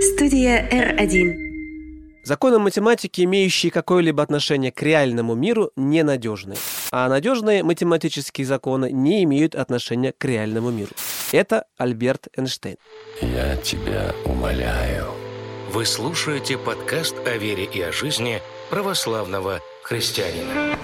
Студия R1. Законы математики, имеющие какое-либо отношение к реальному миру, ненадежны. А надежные математические законы не имеют отношения к реальному миру. Это Альберт Эйнштейн. Я тебя умоляю. Вы слушаете подкаст о вере и о жизни православного христианина.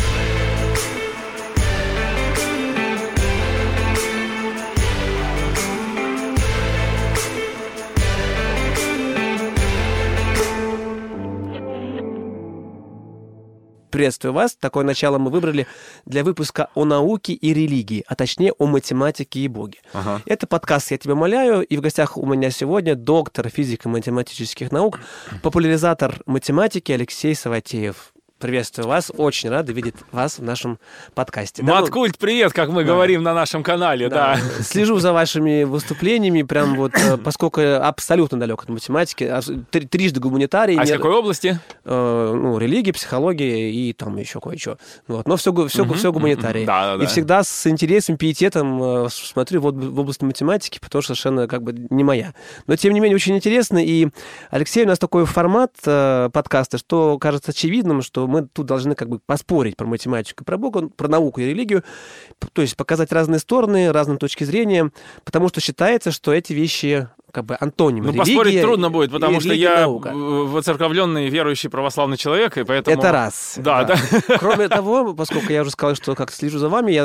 Приветствую вас. Такое начало мы выбрали для выпуска о науке и религии, а точнее о математике и Боге. Это подкаст «Я тебя умоляю», и в гостях у меня сегодня доктор физико-математических наук, популяризатор математики Алексей Саватеев. Приветствую вас, очень рада видеть вас в нашем подкасте. Маткульт, привет, как мы говорим на нашем канале, да. Слежу за вашими выступлениями, прям вот, поскольку абсолютно далек от математики, трижды гуманитарий. А из какой области? Религия, психология и там еще кое-что. Вот. Но все гуманитарии. Да. И всегда с интересом, пиететом смотрю в область математики, потому что совершенно как бы не моя. Но, тем не менее, очень интересно. И, Алексей, у нас такой формат подкаста, что кажется очевидным, что мы тут должны как бы поспорить про математику и про Бога, про науку и религию, то есть показать разные стороны, разные точки зрения, потому что считается, что эти вещи как бы антонимы. Ну, поспорить трудно будет, потому что я воцерковленный верующий православный человек, и поэтому... Это раз. Да. Кроме того, поскольку я уже сказал, что как слежу за вами, я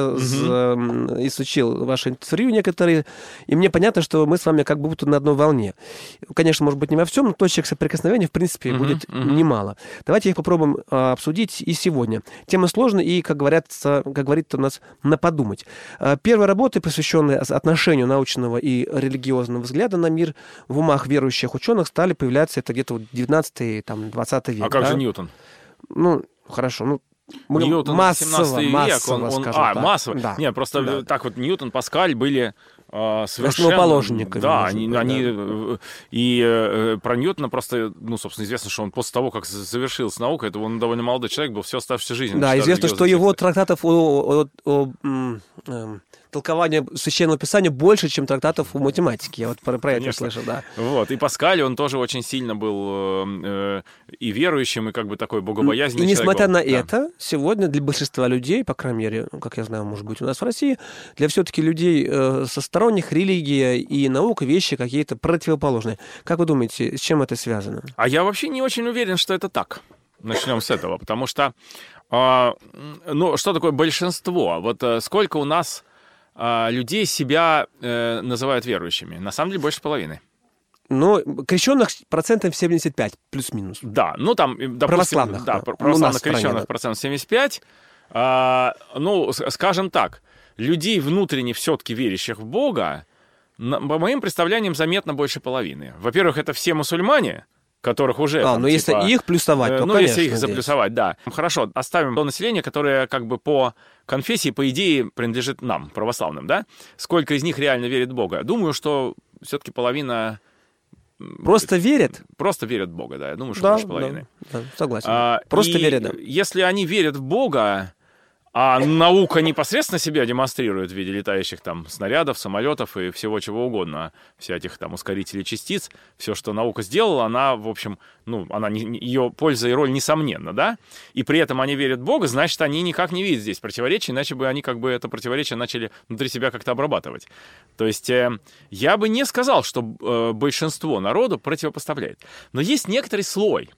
изучил ваши интервью некоторые, и мне понятно, что мы с вами как будто на одной волне. Конечно, может быть, не во всем, но точек соприкосновения, в принципе, будет немало. Давайте их попробуем обсудить и сегодня. Тема сложная и, как говорится у нас, на подумать. Первые работы, посвященные отношению научного и религиозного взгляда на мир в умах верующих ученых, стали появляться это где-то 19-20 век. А как же Ньютон? Ну, хорошо, Ньютон массово, 17 век, скажем так. массово. Да. Нет, просто так вот Ньютон, Паскаль были совершенно... Основоположниками. Да, они и про Ньютона просто, собственно, известно, что он после того, как завершилась наука, это он довольно молодой человек был, всю оставшуюся жизнь. Да, известно, что его трактатов о толкование Священного Писания больше, чем трактатов о математике. Я вот про это слышал, да. Вот, и Паскаль, он тоже очень сильно был и верующим, и как бы такой богобоязненный человек. И несмотря на это, сегодня для большинства людей, по крайней мере, как я знаю, может быть, у нас в России, для все-таки людей со сторонних религия и наука вещи какие-то противоположные. Как вы думаете, с чем это связано? А я вообще не очень уверен, что это так. Начнем с этого, потому что, что такое большинство? Вот сколько у нас людей себя называют верующими? На самом деле больше половины. Крещенных 75%, плюс-минус. Да, там, допустим... Православных. Да, православных крещенных 75%. Скажем так, людей внутренне все-таки верящих в Бога, по моим представлениям, заметно больше половины. Во-первых, это все мусульмане, которых уже... если их плюсовать, то, конечно, если их заплюсовать, да. Хорошо, оставим то население, которое как бы по конфессии, по идее, принадлежит нам, православным, да? Сколько из них реально верит в Бога? Думаю, что все-таки половина... Просто верят? Просто верят в Бога, да. Я думаю, что больше половины. Да, согласен. Просто верят, да. Если они верят в Бога, а наука непосредственно себя демонстрирует в виде летающих там снарядов, самолетов и всего чего угодно, всяких там ускорителей частиц, все, что наука сделала, она, в общем, ее польза и роль несомненна, да? И при этом они верят в Бога, значит, они никак не видят здесь противоречий, иначе бы они как бы это противоречие начали внутри себя как-то обрабатывать. То есть я бы не сказал, что большинство народу противопоставляет. Но есть некоторый слой.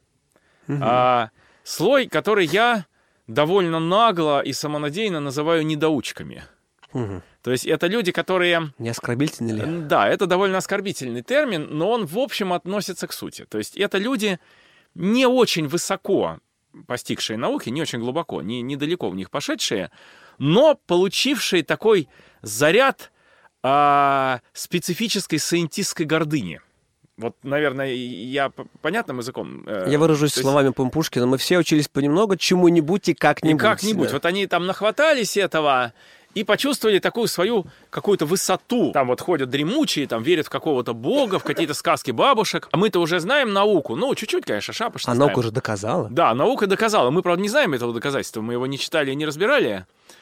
Слой, который я довольно нагло и самонадеянно называю недоучками. То есть это люди, которые... Не оскорбительный ли? Да, это довольно оскорбительный термин, но он, в общем, относится к сути. То есть это люди не очень высоко постигшие науки, не очень глубоко, недалеко в них пошедшие, но получившие такой заряд специфической саентистской гордыни. Вот, наверное, я понятным языком... Я выражусь словами Пушкина. Мы все учились понемногу чему-нибудь и как-нибудь. И как-нибудь. Да. Вот они там нахватались этого и почувствовали такую свою какую-то высоту. Там вот ходят дремучие, там верят в какого-то бога, в какие-то сказки бабушек. А мы-то уже знаем науку. Чуть-чуть, конечно, шапошно знаем. Наука уже доказала. Да, наука доказала. Мы, правда, не знаем этого доказательства. Мы его не читали и не разбирали.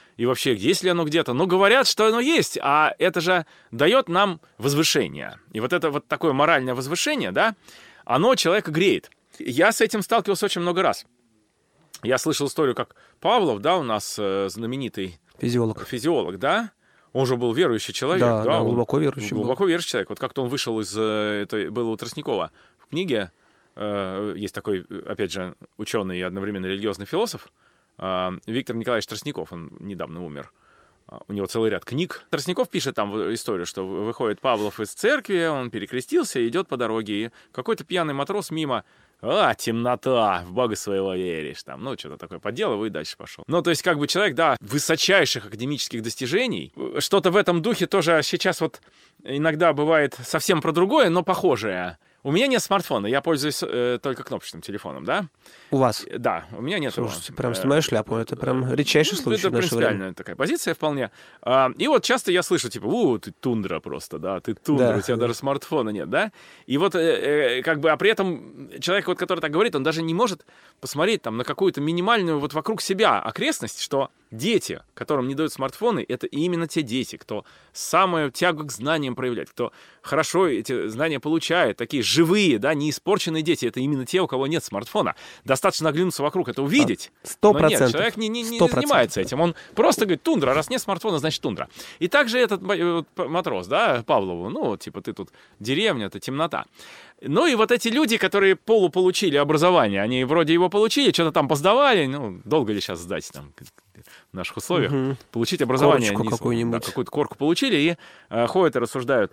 и вообще, есть ли оно где-то. Но говорят, что оно есть, а это же дает нам возвышение. И вот это вот такое моральное возвышение, да, оно человека греет. Я с этим сталкивался очень много раз. Я слышал историю, как Павлов, да, у нас знаменитый физиолог, да, он же был верующий человек. Да, глубоко верующий. Глубоко верующий человек. Вот как-то он вышел из... Это было у Тростникова в книге. Есть такой, опять же, ученый и одновременно религиозный философ Виктор Николаевич Тростников. Он недавно умер. У него целый ряд книг. Тростников пишет там историю, что выходит Павлов из церкви, он перекрестился и идет по дороге, и какой-то пьяный матрос мимо: темнота, в Бога своего веришь, там, ну, что-то такое поделал и дальше пошел. Ну, то есть, как бы человек, да, высочайших академических достижений, что-то в этом духе тоже сейчас вот иногда бывает совсем про другое, но похожее. У меня нет смартфона, я пользуюсь только кнопочным телефоном, да? У вас? Да, у меня нет. Слушайте, прям снимаю шляпу, это прям редчайший случай в наше время. Это принципиальная такая позиция вполне. И вот часто я слышу, типа, ты тундра просто, да, ты тундра, у тебя даже смартфона нет, да? И вот как бы, а при этом человек, вот, который так говорит, он даже не может посмотреть там на какую-то минимальную вот вокруг себя окрестность, что дети, которым не дают смартфоны, это именно те дети, кто самую тягу к знаниям проявляет, кто хорошо эти знания получает, такие живые, да, не испорченные дети, это именно те, у кого нет смартфона. Достаточно оглянуться вокруг, это увидеть. 100%. Но нет, человек не занимается этим. Он просто говорит: тундра, раз нет смартфона, значит тундра. И также этот матрос, да, Павлову, ну, типа, ты тут деревня, это темнота. Ну и вот эти люди, которые полуполучили образование, они вроде его получили, что-то там поздавали, ну, долго ли сейчас сдать там в наших условиях, получить образование. Корочку какую-нибудь. Да, какую-то корку получили и ходят и рассуждают,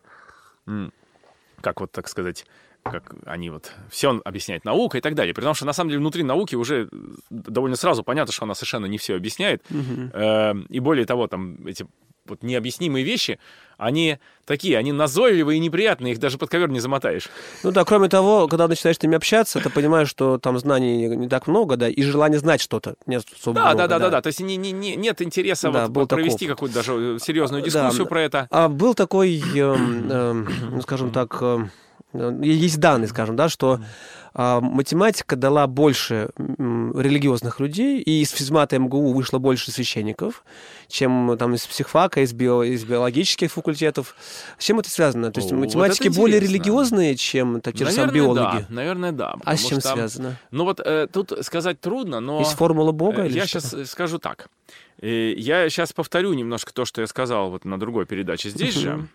как вот, так сказать, как они вот все объясняют наукой и так далее. Потому что, на самом деле, внутри науки уже довольно сразу понятно, что она совершенно не все объясняет. И более того, там эти вот необъяснимые вещи, они такие, они назойливые и неприятные, их даже под ковер не замотаешь. Ну да, кроме того, когда начинаешь с ними общаться, ты понимаешь, что там знаний не так много, да, и желания знать что-то нет особо много. Да. То есть нет интереса вот провести какую-то даже серьезную дискуссию про это. А был такой, скажем так, есть данные, скажем, да, что математика дала больше религиозных людей, и из физмата МГУ вышло больше священников, чем там из психфака, из биологических факультетов. С чем это связано? То есть математики вот более религиозные, чем те же самые биологи? Да, наверное, да. А с чем связано? Ну вот тут сказать трудно, но... Есть формула Бога или я что? сейчас скажу так. Я сейчас повторю немножко то, что я сказал вот на другой передаче здесь же.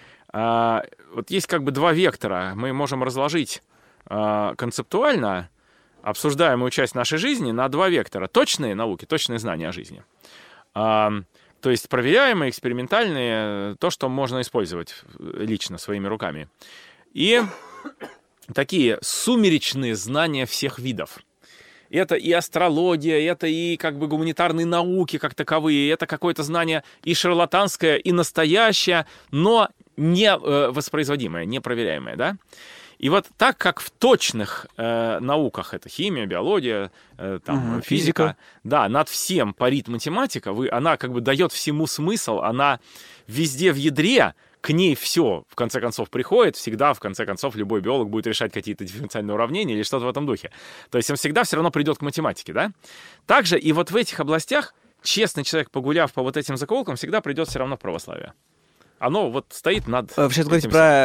Вот есть как бы два вектора. Мы можем разложить концептуально обсуждаемую часть нашей жизни на два вектора. Точные науки, точные знания о жизни. То есть проверяемые, экспериментальные, то, что можно использовать лично своими руками. И такие сумеречные знания всех видов. Это и астрология, это и как бы гуманитарные науки как таковые, это какое-то знание и шарлатанское, и настоящее, но не воспроизводимое, не проверяемое, да? И вот так как в точных науках, это химия, биология, физика, да, над всем парит математика, она как бы дает всему смысл, она везде в ядре, к ней все, в конце концов, приходит, всегда, в конце концов, любой биолог будет решать какие-то дифференциальные уравнения или что-то в этом духе. То есть он всегда все равно придет к математике, да? Также и вот в этих областях честный человек, погуляв по вот этим закоулкам, всегда придет все равно в православие. Оно вот стоит над... Сейчас говорите про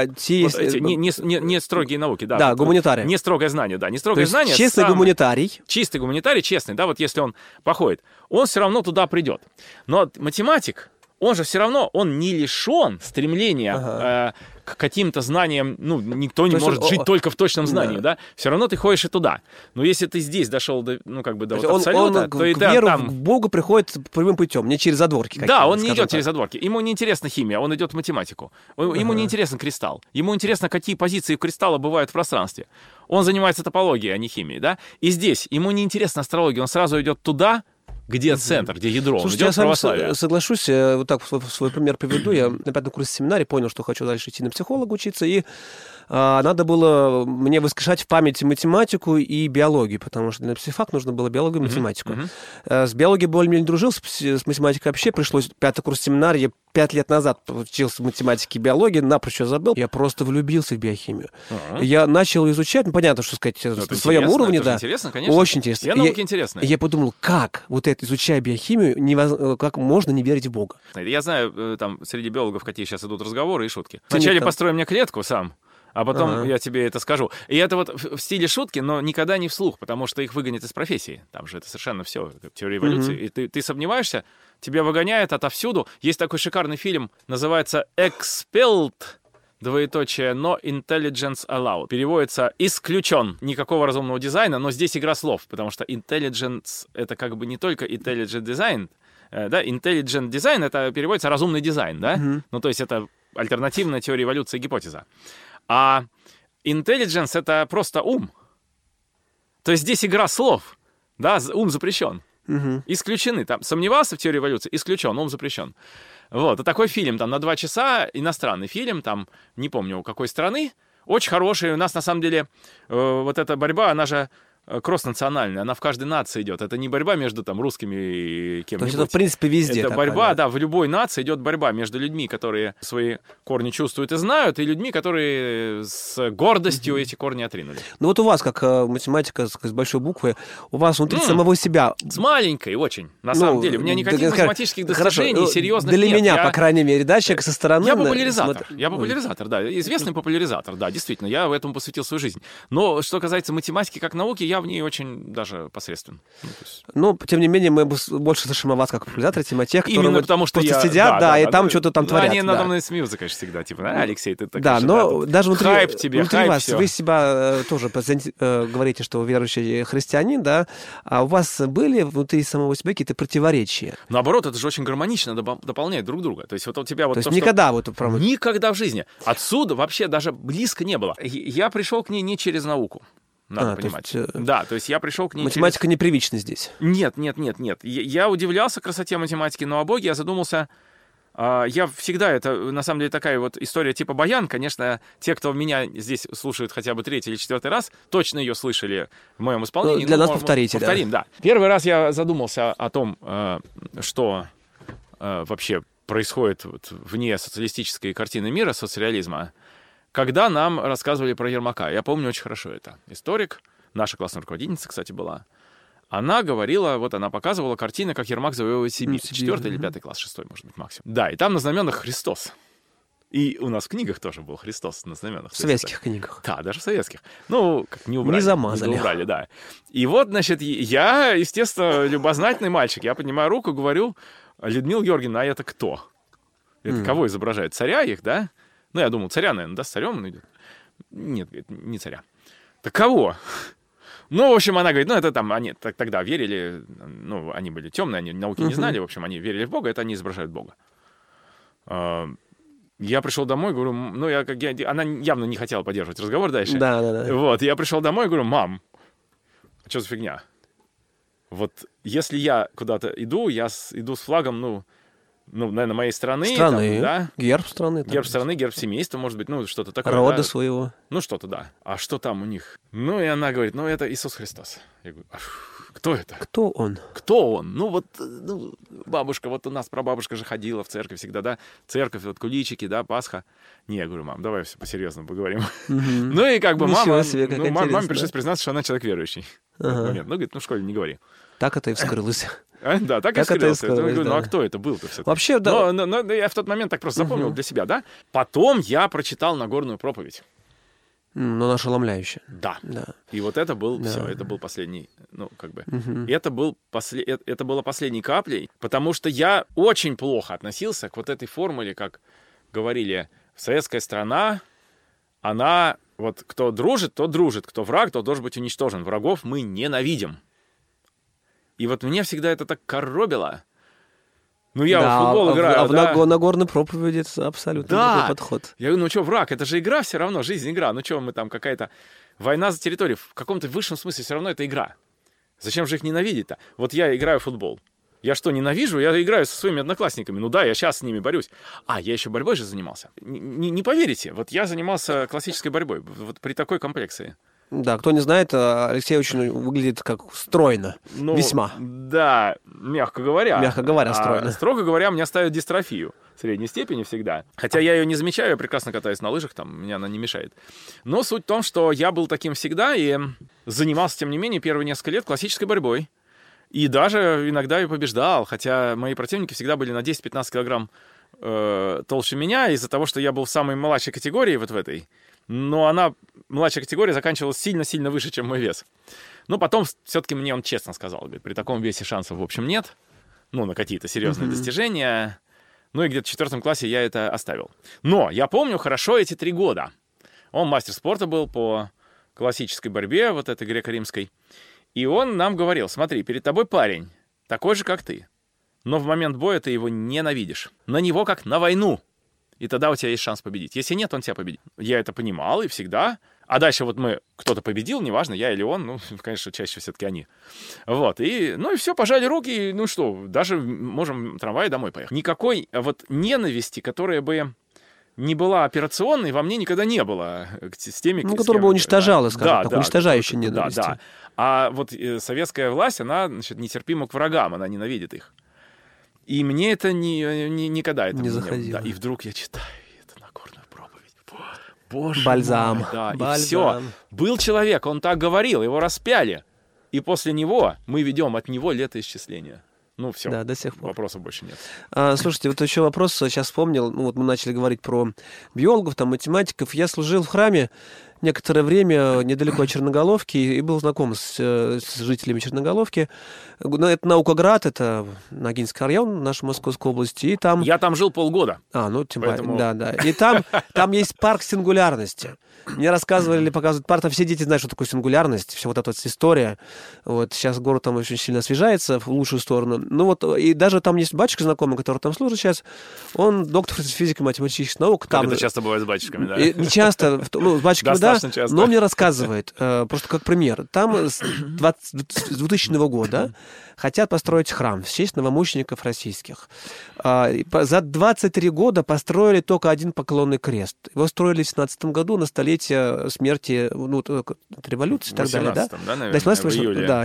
не строгие науки, да. Да, гуманитарии. Не строгое знание, да. Не строгое знание. Честный гуманитарий. Чистый гуманитарий, честный, да, вот если он походит, он все равно туда придет. Но математик, он же все равно, он не лишен стремления к каким-то знаниям, ну, никто не может жить только в точном знании, да, все равно ты ходишь и туда. Но если ты здесь дошел до, ну, как бы до вот абсолюта, то и к веру в Бога приходит прямым путем, не через задворки какие-то. Да, он не идет через задворки. Ему не интересна химия, он идет в математику. Ему не интересен кристалл. Ему интересно, какие позиции кристалла бывают в пространстве. Он занимается топологией, а не химией, да. И здесь ему не интересна астрология, он сразу идет туда, где центр, где ядро. Слушайте, я с вами соглашусь, вот так свой пример приведу. Я на 5-м курсе семинария понял, что хочу дальше идти на психолога учиться, и надо было мне воскрешать в памяти математику и биологию, потому что для психфак нужно было биологию и математику. С биологией более-менее дружил, с математикой вообще пришлось 5-й курс семинария. Я 5 лет назад учился математике и биологии, напрочь ее забыл. Я просто влюбился в биохимию. Я начал изучать, понятно, что сказать, в своем уровне, да. Интересно, конечно. Очень интересно. Все науки интересные. Я подумал, как вот это, изучая биохимию, как можно не верить в Бога? Я знаю, там среди биологов какие сейчас идут разговоры и шутки. Вначале построй мне клетку сам, а потом я тебе это скажу. И это вот в стиле шутки, но никогда не вслух, потому что их выгонят из профессии. Там же это совершенно все, теория эволюции. И ты сомневаешься, тебя выгоняют отовсюду. Есть такой шикарный фильм, называется «Expelled», двоеточие, но intelligence allowed. Переводится «исключен». Никакого разумного дизайна, но здесь игра слов, потому что intelligence — это как бы не только intelligent design, да, intelligent design — это переводится «разумный дизайн», да? Ну, то есть это альтернативная теория эволюции гипотеза. А intelligence — это просто ум. То есть здесь игра слов, да, ум запрещен. Исключены. Там сомневался в теории эволюции, исключен, ум запрещен. Вот, и такой фильм, там, на 2 часа, иностранный фильм, там, не помню, у какой страны, очень хороший. У нас, на самом деле, вот эта борьба, она же кросс-национальная, она в каждой нации идет. Это не борьба между там русскими и кем-нибудь. То есть это, в принципе, везде. Это борьба, понятно. Да, в любой нации идет борьба между людьми, которые свои корни чувствуют и знают, и людьми, которые с гордостью эти корни отринули. Ну вот у вас, как математика с большой буквы, у вас внутри самого себя... С маленькой очень, на самом деле. У меня никаких математических достижений серьезных для нет. меня, по крайней мере, да, человек со стороны... Я популяризатор. Я популяризатор, да. Известный популяризатор, да, действительно. Я этому посвятил свою жизнь. Но что касается математики как науки, я в ней очень даже посредствен. Ну, тем не менее, мы больше слышим о вас как популяризатор, тех, которые именно потому, что просто сидят, да, и там что-то там творят. Они надо мной смеются, конечно, всегда. Типа, Алексей, ты такой да, но даже внутри вас, всё. вы себя тоже говорите, что вы верующий христианин, да, а у вас были внутри самого себя какие-то противоречия? Наоборот, это же очень гармонично дополняет друг друга. То есть вот у тебя вот то есть никогда вот... Никогда в жизни. Отсюда вообще даже близко не было. Я пришел к ней не через науку. Надо понимать. То есть, да, то есть я пришел к ней математика не привычна здесь. Нет. Я удивлялся красоте математики, но о Боге я задумался... Я всегда, это на самом деле такая вот история типа баян. Конечно, те, кто меня здесь слушают хотя бы 3-й или 4-й раз, точно ее слышали в моем исполнении. Для нас повторите, повторим, да. Первый раз я задумался о том, что вообще происходит вот вне социалистической картины мира, соцреализма, когда нам рассказывали про Ермака. Я помню очень хорошо это. Историк, наша классная руководительница, кстати, была. Она говорила, вот она показывала картины, как Ермак завоевывает Сибирь. 4-й или 5-й класс, 6-й, может быть, максимум. Да, и там на знаменах Христос. И у нас в книгах тоже был Христос на знаменах. В советских книгах. Да, даже в советских. Ну, как не убрали. Не замазали. Не убрали, да. И вот, значит, я, естественно, любознательный мальчик. Я поднимаю руку, говорю: Людмила Георгиевна, а это кто? Это кого изображает? Царя их, да? Ну, я думал, царя, наверное, да, с царем он идет. Нет, не царя. Так кого? Ну, в общем, она говорит, ну, это там, они тогда верили, ну, они были темные, они науки не знали, в общем, они верили в Бога, это они изображают Бога. Я пришел домой, говорю, ну, она явно не хотела поддерживать разговор дальше. Да. Вот, я пришел домой, говорю: мам, что за фигня? Вот если я куда-то иду, я иду с флагом, ну, наверное, моей страны. Там, да? Герб страны. Герб страны, герб семейства, может быть, ну, что-то такое. Рода да? своего. Ну, что-то, да. А что там у них? Ну, и она говорит, ну, это Иисус Христос. Я говорю: кто это? Кто он? Кто он? Ну, вот, бабушка, вот у нас прабабушка же ходила в церковь всегда, да? Церковь, вот куличики, да, Пасха. Не, я говорю: мам, давай все по-серьезному поговорим. Ну, и как бы маме пришлось признаться, что она человек верующий. Ну, говорит, ну, в школе не говори. Так это и вскрылось. Да, так и вскрылся. Ну, а кто это был-то все-таки? Вообще, да. Но я в тот момент так просто запомнил для себя, да? Потом я прочитал Нагорную проповедь. Но она ошеломляющая. Да. И вот это был все, это был последний, ну, как бы, это было последней каплей, потому что я очень плохо относился к вот этой формуле, как говорили, советская страна, она, вот кто дружит, тот дружит, кто враг, тот должен быть уничтожен. Врагов мы ненавидим. И вот меня всегда это так коробило. Ну, я в футбол играю, в Нагорной проповеди это абсолютно другой подход. Я говорю, ну что, враг, это же игра все равно, жизнь игра. Ну что, мы там какая-то война за территорию. В каком-то высшем смысле все равно это игра. Зачем же их ненавидеть-то? Вот я играю в футбол. Я что, ненавижу? Я играю со своими одноклассниками. Ну да, я сейчас с ними борюсь. Я еще борьбой же занимался. Не поверите, вот я занимался классической борьбой вот при такой комплекции. Да, кто не знает, Алексей очень выглядит как стройно. Весьма. Да, мягко говоря. Мягко говоря, стройно. Строго говоря, мне ставят дистрофию средней степени всегда. Хотя я ее не замечаю, я прекрасно катаюсь на лыжах, там, мне она не мешает. Но суть в том, что я был таким всегда и занимался, тем не менее, первые несколько лет классической борьбой. И даже иногда и побеждал, хотя мои противники всегда были на 10-15 килограмм толще меня из-за того, что я был в самой младшей категории вот в этой. Но младшая категория заканчивалась сильно-сильно выше, чем мой вес. Но потом все-таки мне он честно сказал, говорит, при таком весе шансов, в общем, нет. Ну, на какие-то серьезные достижения. Ну, и где-то в 4 классе я это оставил. Но я помню хорошо эти 3 года. Он мастер спорта был по классической борьбе, вот этой греко-римской. И он нам говорил, смотри, перед тобой парень, такой же, как ты. Но в момент боя ты его ненавидишь. На него как на войну. И тогда у тебя есть шанс победить. Если нет, он тебя победит. Я это понимал и всегда. А дальше вот кто-то победил, неважно, я или он, ну, конечно, чаще все-таки они. Вот, и все, пожали руки, ну что, даже можем в трамвае домой поехать. Никакой вот ненависти, которая бы не была операционной, во мне никогда не было с теми, которая бы уничтожала, скажем так, уничтожающая ненависть. Да. А вот советская власть, она, значит, нетерпима к врагам, она ненавидит их. И мне это никогда это не заходило. Да, и вдруг я читаю эту Нагорную проповедь. Боже Бальзам. мой, да, Бальзам. И все. Был человек, он так говорил, его распяли. И после него мы ведем от него летоисчисление. Ну, все. Да, до сих пор. Вопросов больше нет. Слушайте, вот еще вопрос, сейчас вспомнил. Ну, вот мы начали говорить про биологов, там, математиков. Я служил в храме некоторое время недалеко от Черноголовки и был знаком с жителями Черноголовки. Это Наукоград, это Ногинский район нашей Московской области. И там... Я там жил полгода. Тем более, да. И там есть парк сингулярности. Мне рассказывали или показывают парк, там все дети знают, что такое сингулярность, вся вот эта вот история. Вот сейчас город там очень сильно освежается в лучшую сторону. Ну вот, и даже там есть батюшка знакомый, который там служит сейчас, он доктор физико-математических наук. Как это часто бывает с батюшками, да? Не часто, с батюшками, да, но мне рассказывает, просто как пример. Там с 2000 года хотят построить храм в честь новомучеников российских. За 23 года построили только один поклонный крест. Его строили в 17 году на столетие смерти, революции и так далее. Да, 17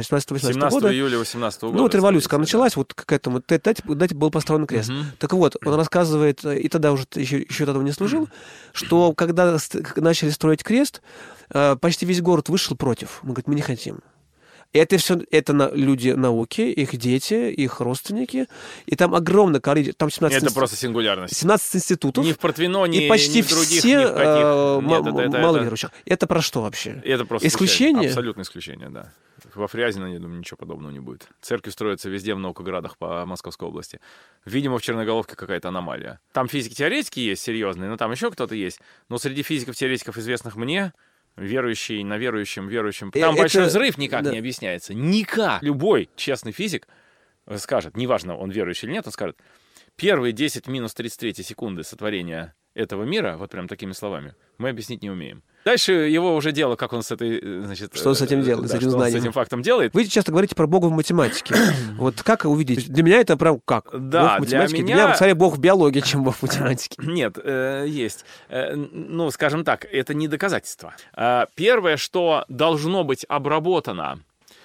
июля 18 года. Ну, вот революция, когда началась, вот к этому, дайте был построен крест. Так вот, он рассказывает, и тогда уже еще тогда не служил, что когда начали строить крест, почти весь город вышел против. Он говорит, мы не хотим. Это все, люди науки, их дети, их родственники. И там огромное количество... Там 17 это просто сингулярность. 17 институтов. Ни в Портвино, и почти ни в других, все ни в каких. маловерующих. Это про что вообще? Это просто исключение? Абсолютно исключение, да. Во Фрязино, я думаю, ничего подобного не будет. Церкви строятся везде в Наукоградах по Московской области. Видимо, в Черноголовке какая-то аномалия. Там физики-теоретики есть серьезные, но там еще кто-то есть. Но среди физиков-теоретиков, известных мне, верующий на верующем. Там большой взрыв никак не объясняется. Никак. Любой честный физик скажет, неважно, он верующий или нет, он скажет, первые 10 минус 33 секунды сотворения этого мира, вот прям такими словами, мы объяснить не умеем. Дальше его уже дело, как он с этой, значит... Что он с этим делает, с этим знанием? С этим фактом делает. Вы часто говорите про Бога в математике. Вот как увидеть? Для меня это прям как? Да, Бог в математике. Для меня скорее Бог в биологии, чем Бог в математике. Нет, есть. Ну, скажем так, это не доказательство. Первое, что должно быть обработано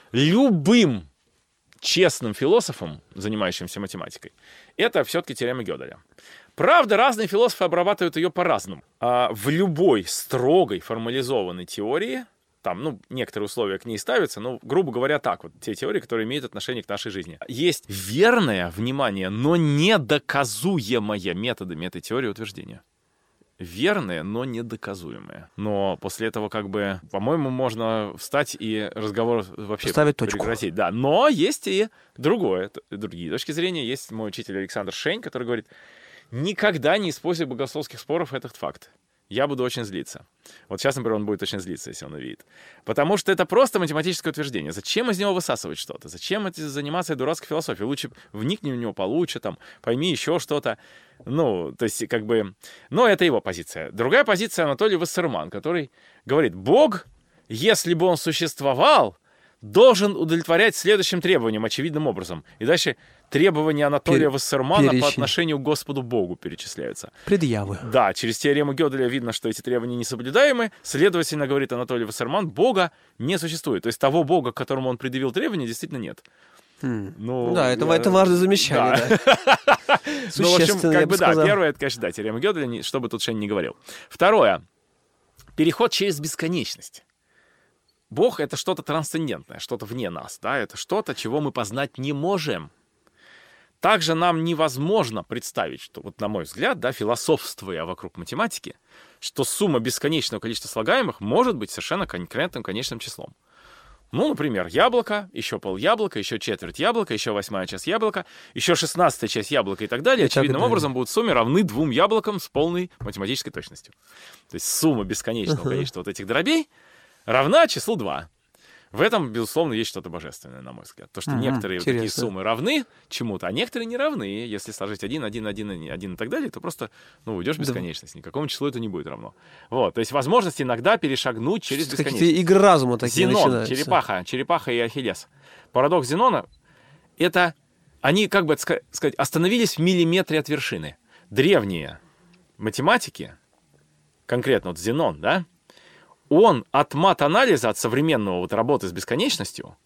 любым честным философом, занимающимся математикой, это все-таки теорема Гёделя. Правда, разные философы обрабатывают ее по-разному. В любой строгой формализованной теории, там, некоторые условия к ней ставятся, но, грубо говоря, так вот, те теории, которые имеют отношение к нашей жизни. Есть верное, внимание, но недоказуемое методами этой теории утверждения. Верное, но недоказуемое. Но после этого, по-моему, можно встать и разговор вообще прекратить. Да, но есть и другие точки зрения. Есть мой учитель Александр Шень, который говорит, никогда не используй богословских споров этот факт. Я буду очень злиться. Вот сейчас, например, он будет очень злиться, если он увидит. Потому что это просто математическое утверждение. Зачем из него высасывать что-то? Зачем заниматься дурацкой философией? Лучше вникни в него получше, пойми еще что-то. Но это его позиция. Другая позиция Анатолий Вассерман, который говорит, Бог, если бы он существовал, должен удовлетворять следующим требованиям очевидным образом. И дальше требования Анатолия Вассермана по перечень. отношению к Господу Богу перечисляются. Предъявы. Да, через теорему Гёделя видно, что эти требования несоблюдаемы. Следовательно, говорит Анатолий Вассерман, Бога не существует. То есть того Бога, к которому он предъявил требования, действительно нет. Ну, Да, это важное замечание. Да. Ну, в общем, Существенно, я как бы бы да, сказал. первое, это, конечно, да, теорема Гёделя, что бы тут Шень не говорил. Второе. Переход через бесконечность. Бог — это что-то трансцендентное, что-то вне нас, да, это что-то, чего мы познать не можем. Также нам невозможно представить, что, вот на мой взгляд, да, философствуя вокруг математики, что сумма бесконечного количества слагаемых может быть совершенно конкретным конечным числом. Ну, например, яблоко, еще поляблока, еще четверть яблока, еще 8-я часть яблока, еще 16-я часть яблока и так далее, очевидным образом будут в сумме равны 2 яблокам с полной математической точностью. То есть сумма бесконечного количества вот этих дробей равна числу 2. В этом, безусловно, есть что-то божественное, на мой взгляд. То, что некоторые вот такие суммы равны чему-то, а некоторые не равны. Если сложить 1, 1, 1, 1 и так далее, то просто, уйдешь в бесконечность. Никакому числу это не будет равно. Вот. То есть возможность иногда перешагнуть через бесконечность. Какие-то игры разума такие Зенон, начинаются. черепаха и Ахиллес. Парадокс Зенона — это они, как бы сказать, остановились в миллиметре от вершины. Древние математики, конкретно вот Зенон, да, он от мат-анализа, от современного вот работы с бесконечностью,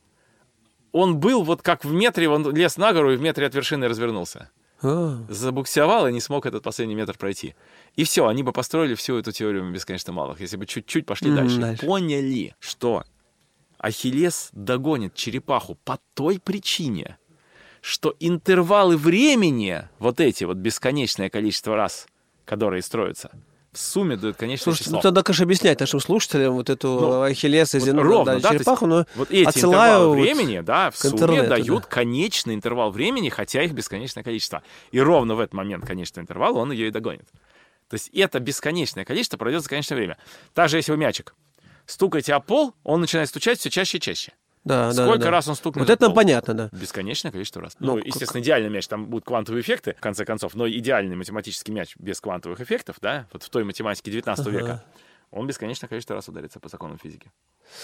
он был вот как в метре, он лез на гору и в метре от вершины развернулся. Забуксовал и не смог этот последний метр пройти. И все, они бы построили всю эту теорию бесконечно малых, если бы чуть-чуть пошли дальше. Поняли, что Ахиллес догонит черепаху по той причине, что интервалы времени, вот эти вот бесконечное количество раз, которые строятся, в сумме дают конечное число. Ну, тогда, конечно, объяснять нашим слушателям вот эту Ахиллеса, вот ровно, да, черепаху, но вот эти отсылаю интервалы времени, да, в сумме интернету, дают конечный интервал времени, хотя их бесконечное количество. И ровно в этот момент конечного интервала он ее и догонит. То есть это бесконечное количество пройдет за конечное время. Также если вы мячик стукаете о пол, он начинает стучать все чаще и чаще. Да, Сколько раз он стукнет? Вот это нам понятно, да. Бесконечное количество раз. Ну, естественно, идеальный мяч, там будут квантовые эффекты, в конце концов, но идеальный математический мяч без квантовых эффектов, да, вот в той математике 19 века, он бесконечное количество раз ударится по законам физики.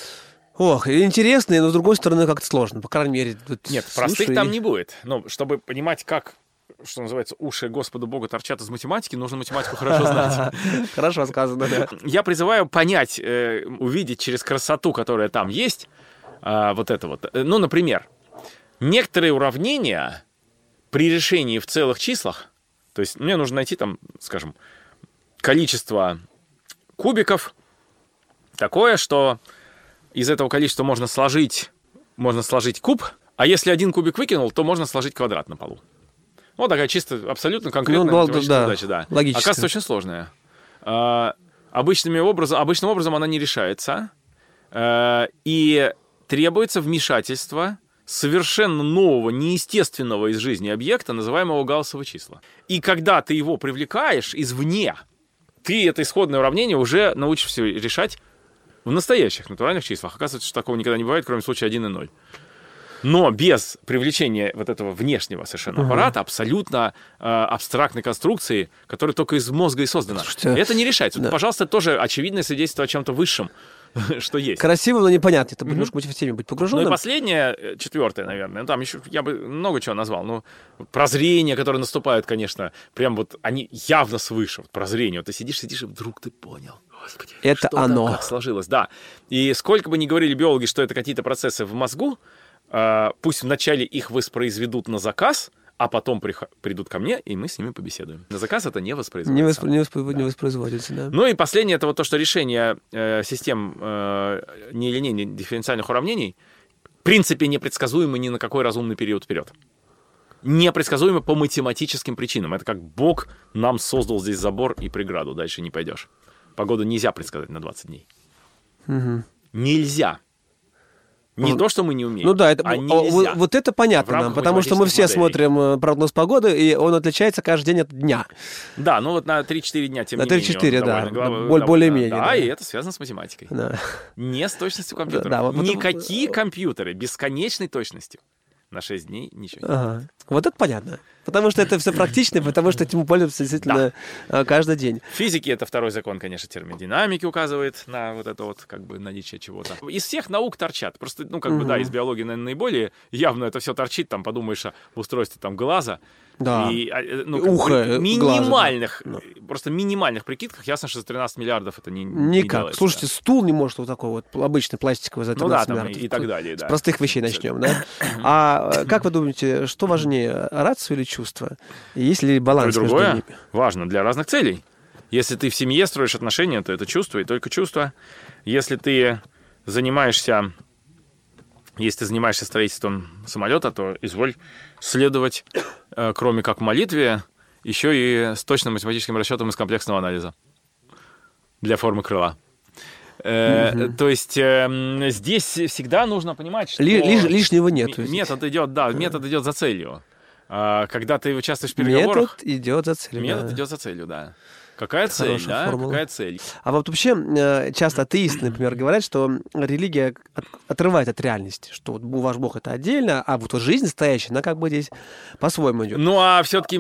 Ох, интересно, но с другой стороны как-то сложно, по крайней мере. Нет, простых там не будет. Но чтобы понимать, как, что называется, уши Господа Бога торчат из математики, нужно математику хорошо знать. Хорошо сказано, да. Я призываю понять, увидеть через красоту, которая там есть, вот это вот. Ну, например, некоторые уравнения при решении в целых числах, то есть мне нужно найти там, скажем, количество кубиков такое, что из этого количества можно сложить куб, а если один кубик выкинул, то можно сложить квадрат на полу. Вот такая чисто, абсолютно конкретная математическая задача, да. Логическая. Оказывается, очень сложная. Обычным образом она не решается, и требуется вмешательство совершенно нового, неестественного из жизни объекта, называемого Гауссово числа. И когда ты его привлекаешь извне, ты это исходное уравнение уже научишься решать в настоящих натуральных числах. Оказывается, что такого никогда не бывает, кроме случая 1 и 0. Но без привлечения вот этого внешнего совершенно аппарата, абсолютно абстрактной конструкции, которая только из мозга и создана, это не решается. Да. Пожалуйста, это тоже очевидное свидетельство о чем-то высшем, что есть. Красиво, но непонятно. Это немножко быть в теме, быть погруженным. Ну и последнее, четвертое, наверное. Ну, там еще я бы много чего назвал. Ну, прозрения, которые наступают, конечно, прям вот они явно свыше. Вот прозрение. Вот ты сидишь, и вдруг ты понял. Господи, это что оно. Там, как сложилось, да. И сколько бы ни говорили биологи, что это какие-то процессы в мозгу, пусть вначале их воспроизведут на заказ, а потом придут ко мне, и мы с ними побеседуем. На заказ это не воспроизводится. Не воспроизводится, да. Ну и последнее, это вот то, что решение систем нелинейных дифференциальных уравнений в принципе непредсказуемо ни на какой разумный период вперед. Непредсказуемо по математическим причинам. Это как Бог нам создал здесь забор и преграду, дальше не пойдешь. Погоду нельзя предсказать на 20 дней. Нельзя. Не то, что мы не умеем, ну да, это, нельзя. Вот это понятно нам, потому что мы все смотрим прогноз погоды, и он отличается каждый день от дня. Да, ну вот на 3-4 дня, тем не менее. На 3-4, да, более-менее. Да, и это связано с математикой. Да. Не с точностью компьютера. Да, никакие компьютеры бесконечной точностью на 6 дней ничего не делают. Вот это понятно. Потому что это все практично, потому что этим пользуются действительно каждый день. В физике это второй закон, конечно, термодинамики указывает на вот это вот как бы наличие чего-то. Из всех наук торчат. Просто, из биологии, наверное, наиболее явно это все торчит. Там подумаешь о устройстве там глаза. Да. И, ухо, минимальных, глаза, просто минимальных прикидках ясно, что за 13 миллиардов это не никак. делается. Слушайте, стул не может вот такой вот обычный пластиковый за 13 миллиардов. И так далее. С простых вещей начнем, да? А как вы думаете, что важнее, рацио или чувство? Есть ли баланс между ними? Важно для разных целей. Если ты в семье строишь отношения, то это чувство и только чувство. Если ты занимаешься строительством самолета, то изволь следовать, кроме как молитве, еще и с точным математическим расчетом из комплексного анализа для формы крыла. То есть здесь всегда нужно понимать, что... Лишнего нет. Метод идет за целью. Когда ты участвуешь в переговорах... Метод идет за целью. Да. Какая цель, да? Формула. Какая цель? А вот вообще часто атеисты, например, говорят, что религия отрывает от реальности, что вот ваш Бог — это отдельно, а вот жизнь настоящая, она как бы здесь по-своему идет. Ну, а все-таки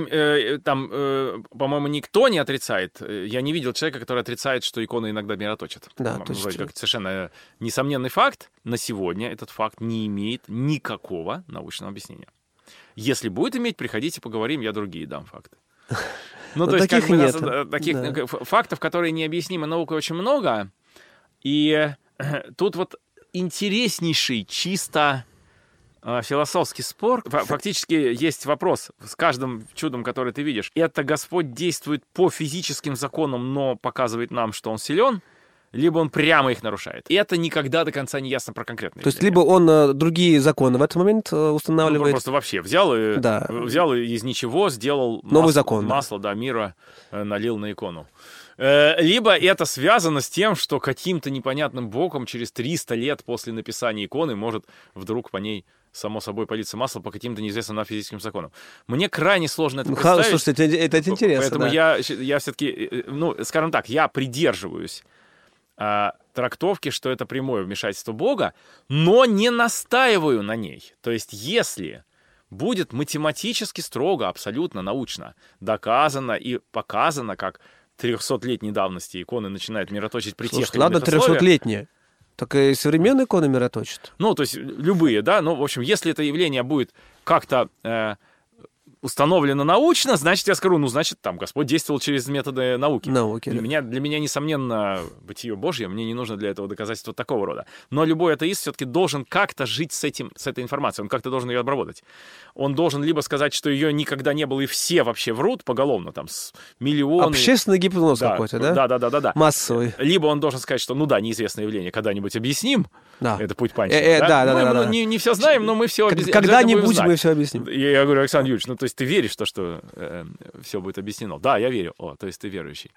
по-моему, никто не отрицает. Я не видел человека, который отрицает, что иконы иногда мироточат. Да, то есть... Вроде как совершенно несомненный факт. На сегодня этот факт не имеет никакого научного объяснения. Если будет иметь, приходите, поговорим, я другие дам факты. Ну, то есть, таких нет. Таких фактов, которые необъяснимы наукой, очень много. И тут вот интереснейший чисто философский спор. Фактически есть вопрос с каждым чудом, которое ты видишь. Это Господь действует по физическим законам, но показывает нам, что Он силен, либо Он прямо их нарушает. И это никогда до конца не ясно про конкретные То есть, либо Он другие законы в этот момент устанавливает... Он просто вообще взял и из ничего сделал новый закон, масло мира, налил на икону. Либо это связано с тем, что каким-то непонятным боком через 300 лет после написания иконы может вдруг по ней само собой политься масло по каким-то неизвестным нам физическим законам. Мне крайне сложно это представить. Слушайте, это интересно. Поэтому я все-таки, скажем так, я придерживаюсь трактовки, что это прямое вмешательство Бога, но не настаиваю на ней. То есть, если будет математически строго, абсолютно научно доказано и показано, как 300-летней давности иконы начинают мироточить при тех или иных условиях. Ладно, 300-летние. Так и современные иконы мироточат. Ну, то есть, любые, да. Ну, в общем, если это явление будет как-то... установлено научно, значит, я скажу, значит, там Господь действовал через методы науки. Для меня, несомненно, бытие Божье, мне не нужно для этого доказательства такого рода. Но любой атеист все-таки должен как-то жить с этой информацией, он как-то должен ее обработать. Он должен либо сказать, что ее никогда не было, и все вообще врут поголовно, там, с миллионами... Общественный гипноз какой-то, да? Да. Массовый. Либо он должен сказать, что, неизвестное явление, когда-нибудь объясним. Да. Это путь Панчина. Мы не все знаем, но мы все объясним. Когда-нибудь мы все объясним. Я говорю, Александр Юрьевич, то есть ты веришь в то, что все будет объясннено? Да, я верю. То есть ты верующий.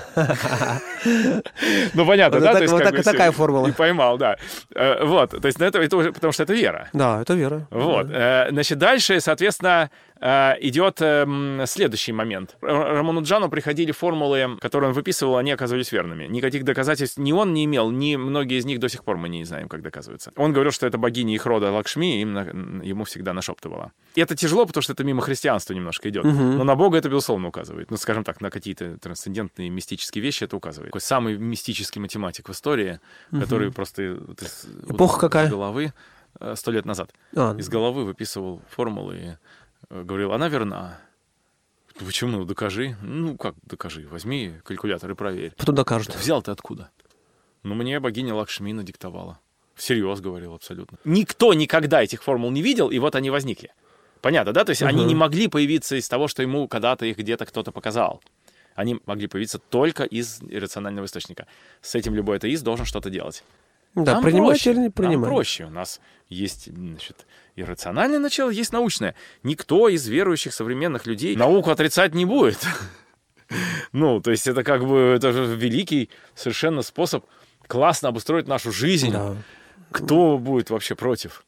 Понятно, да? Вот такая формула. И поймал, да. Вот, то есть это уже потому, что это вера. Да, это вера. Вот. Значит, дальше, соответственно, идет следующий момент. Рамануджану приходили формулы, которые он выписывал, они оказывались верными. Никаких доказательств ни он не имел, ни многие из них до сих пор мы не знаем, как доказывается. Он говорил, что это богиня их рода Лакшми, ему всегда нашептывала. И это тяжело, потому что это мимо христианства немножко идет. Но на Бога это, безусловно, указывает. Скажем так, на какие-то трансцендентные мистические вещи это указывает. Такой самый мистический математик в истории, который просто... Эпоха какая? Из головы 100 лет назад. Из головы выписывал формулы и говорил, она верна. Почему? Докажи. Как докажи? Возьми калькулятор и проверь. Потом докажут. Взял ты откуда? Мне богиня Лакшми надиктовала. Всерьез говорил абсолютно. Никто никогда этих формул не видел, и вот они возникли. Понятно, да? То есть они не могли появиться из того, что ему когда-то их где-то кто-то показал. Они могли появиться только из иррационального источника. С этим любой атеист должен что-то делать. Да, нам принимать проще, или не принимать. Нам проще. У нас есть, иррациональное начало, есть научное. Никто из верующих современных людей науку отрицать не будет. То есть это это же великий совершенно способ классно обустроить нашу жизнь. Да. Кто будет вообще против?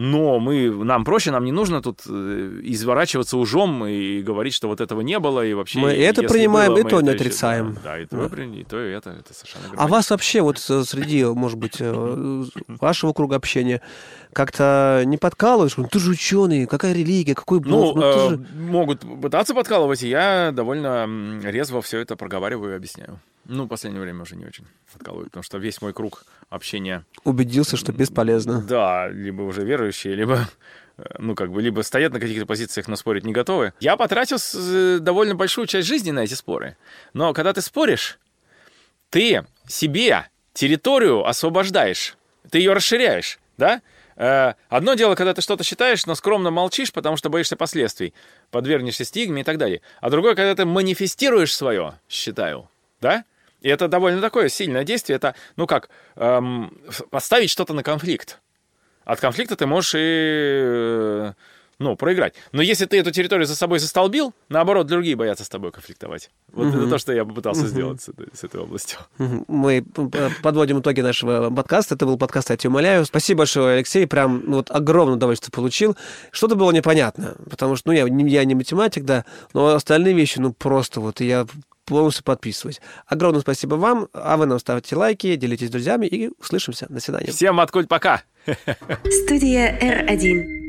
Но нам проще, нам не нужно тут изворачиваться ужом и говорить, что вот этого не было, и вообще... Мы это принимаем, и то не отрицаем. Да, и то, и это совершенно нормально. А вас вообще вот среди, может быть, вашего круга общения как-то не подкалываешь? Ты же ученый, какая религия, какой бог? Могут пытаться подкалывать, и я довольно резво все это проговариваю и объясняю. В последнее время уже не очень подкалываю, потому что весь мой круг общения... Убедился, что бесполезно. Да, либо уже верующие, либо... либо стоят на каких-то позициях, но спорить не готовы. Я потратил довольно большую часть жизни на эти споры. Но когда ты споришь, ты себе территорию освобождаешь, ты ее расширяешь, да? Одно дело, когда ты что-то считаешь, но скромно молчишь, потому что боишься последствий, подвергнешься стигме и так далее. А другое, когда ты манифестируешь свое «считаю», да? И это довольно такое сильное действие. Это, поставить что-то на конфликт. От конфликта ты можешь и проиграть. Но если ты эту территорию за собой застолбил, наоборот, другие боятся с тобой конфликтовать. Вот это то, что я попытался сделать с этой областью. Мы подводим итоги нашего подкаста. Это был подкаст «Я тебя умоляю». Спасибо большое, Алексей. Прям огромное удовольствие получил. Что-то было непонятно, потому что, я не математик, да, но остальные вещи, просто я полностью подписываюсь. Огромное спасибо вам. А вы нам ставьте лайки, делитесь с друзьями и услышимся. До свидания. Всем откуль пока. Студия R1.